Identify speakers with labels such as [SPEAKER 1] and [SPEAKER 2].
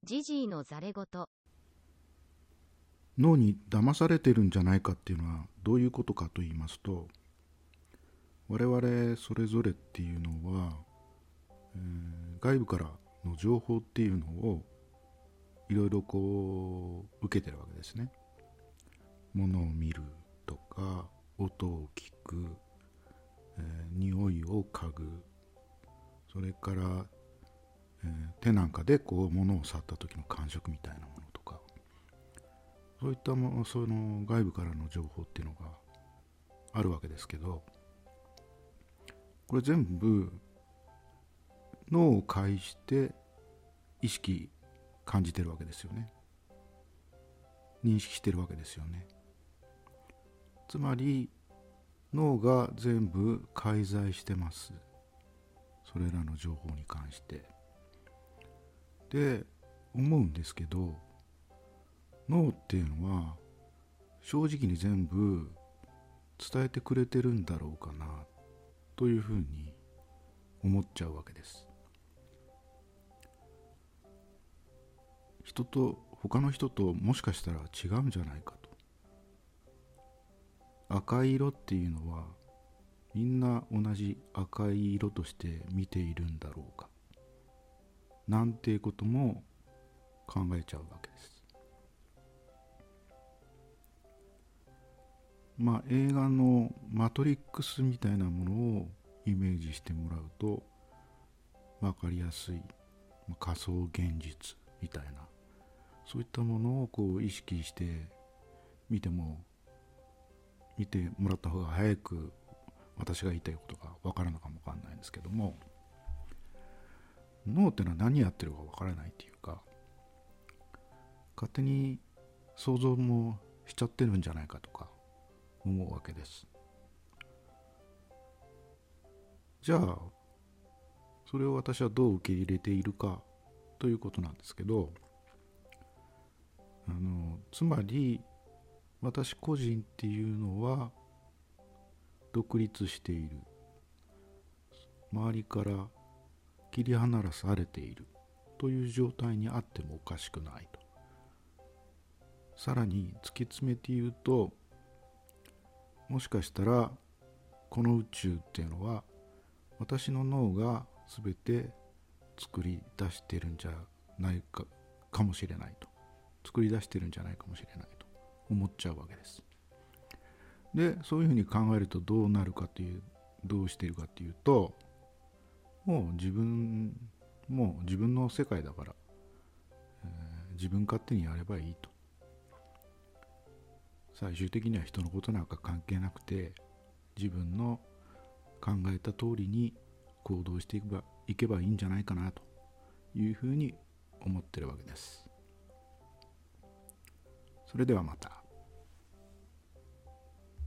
[SPEAKER 1] ジジイのざれ言。
[SPEAKER 2] 脳に騙されてるんじゃないかっていうのはどういうことかと言いますと、我々それぞれっていうのは、外部からの情報っていうのをいろいろ受けてるわけですね。物を見るとか、音を聞く、匂いを嗅ぐ、それから、手なんかで物を触った時の感触みたいなものとか、そういったその外部からの情報っていうのがあるわけですけど、これ全部脳を介して意識感じてるわけですよね。認識してるわけですよね。つまり脳が全部介在してます、それらの情報に関して。で思うんですけど、脳っていうのは正直に全部伝えてくれてるんだろうかなというふうに思っちゃうわけです。他の人ともしかしたら違うんじゃないかと。赤い色っていうのはみんな同じ赤い色として見ているんだろうか、なんていうことも考えちゃうわけです。映画のマトリックスみたいなものをイメージしてもらうと分かりやすい、仮想現実みたいな、そういったものを意識して見てもらった方が早く私が言いたいことが分からないのかも分かんないんですけども、脳ってのは何やってるか分からないっていうか、勝手に想像もしちゃってるんじゃないかとか思うわけです。じゃあそれを私はどう受け入れているかということなんですけど、つまり私個人っていうのは独立している、周りから切り離されているという状態にあってもおかしくないと。さらに突き詰めて言うと、もしかしたらこの宇宙っていうのは私の脳が全て作り出してるんじゃないかもしれないと、作り出してるんじゃないかもしれないと思っちゃうわけです。でそういうふうに考えるとどうしているかというと、もう自分の世界だから、自分勝手にやればいいと。最終的には人のことなんか関係なくて、自分の考えた通りに行動していけばいいんじゃないかなというふうに思ってるわけです。それではまた。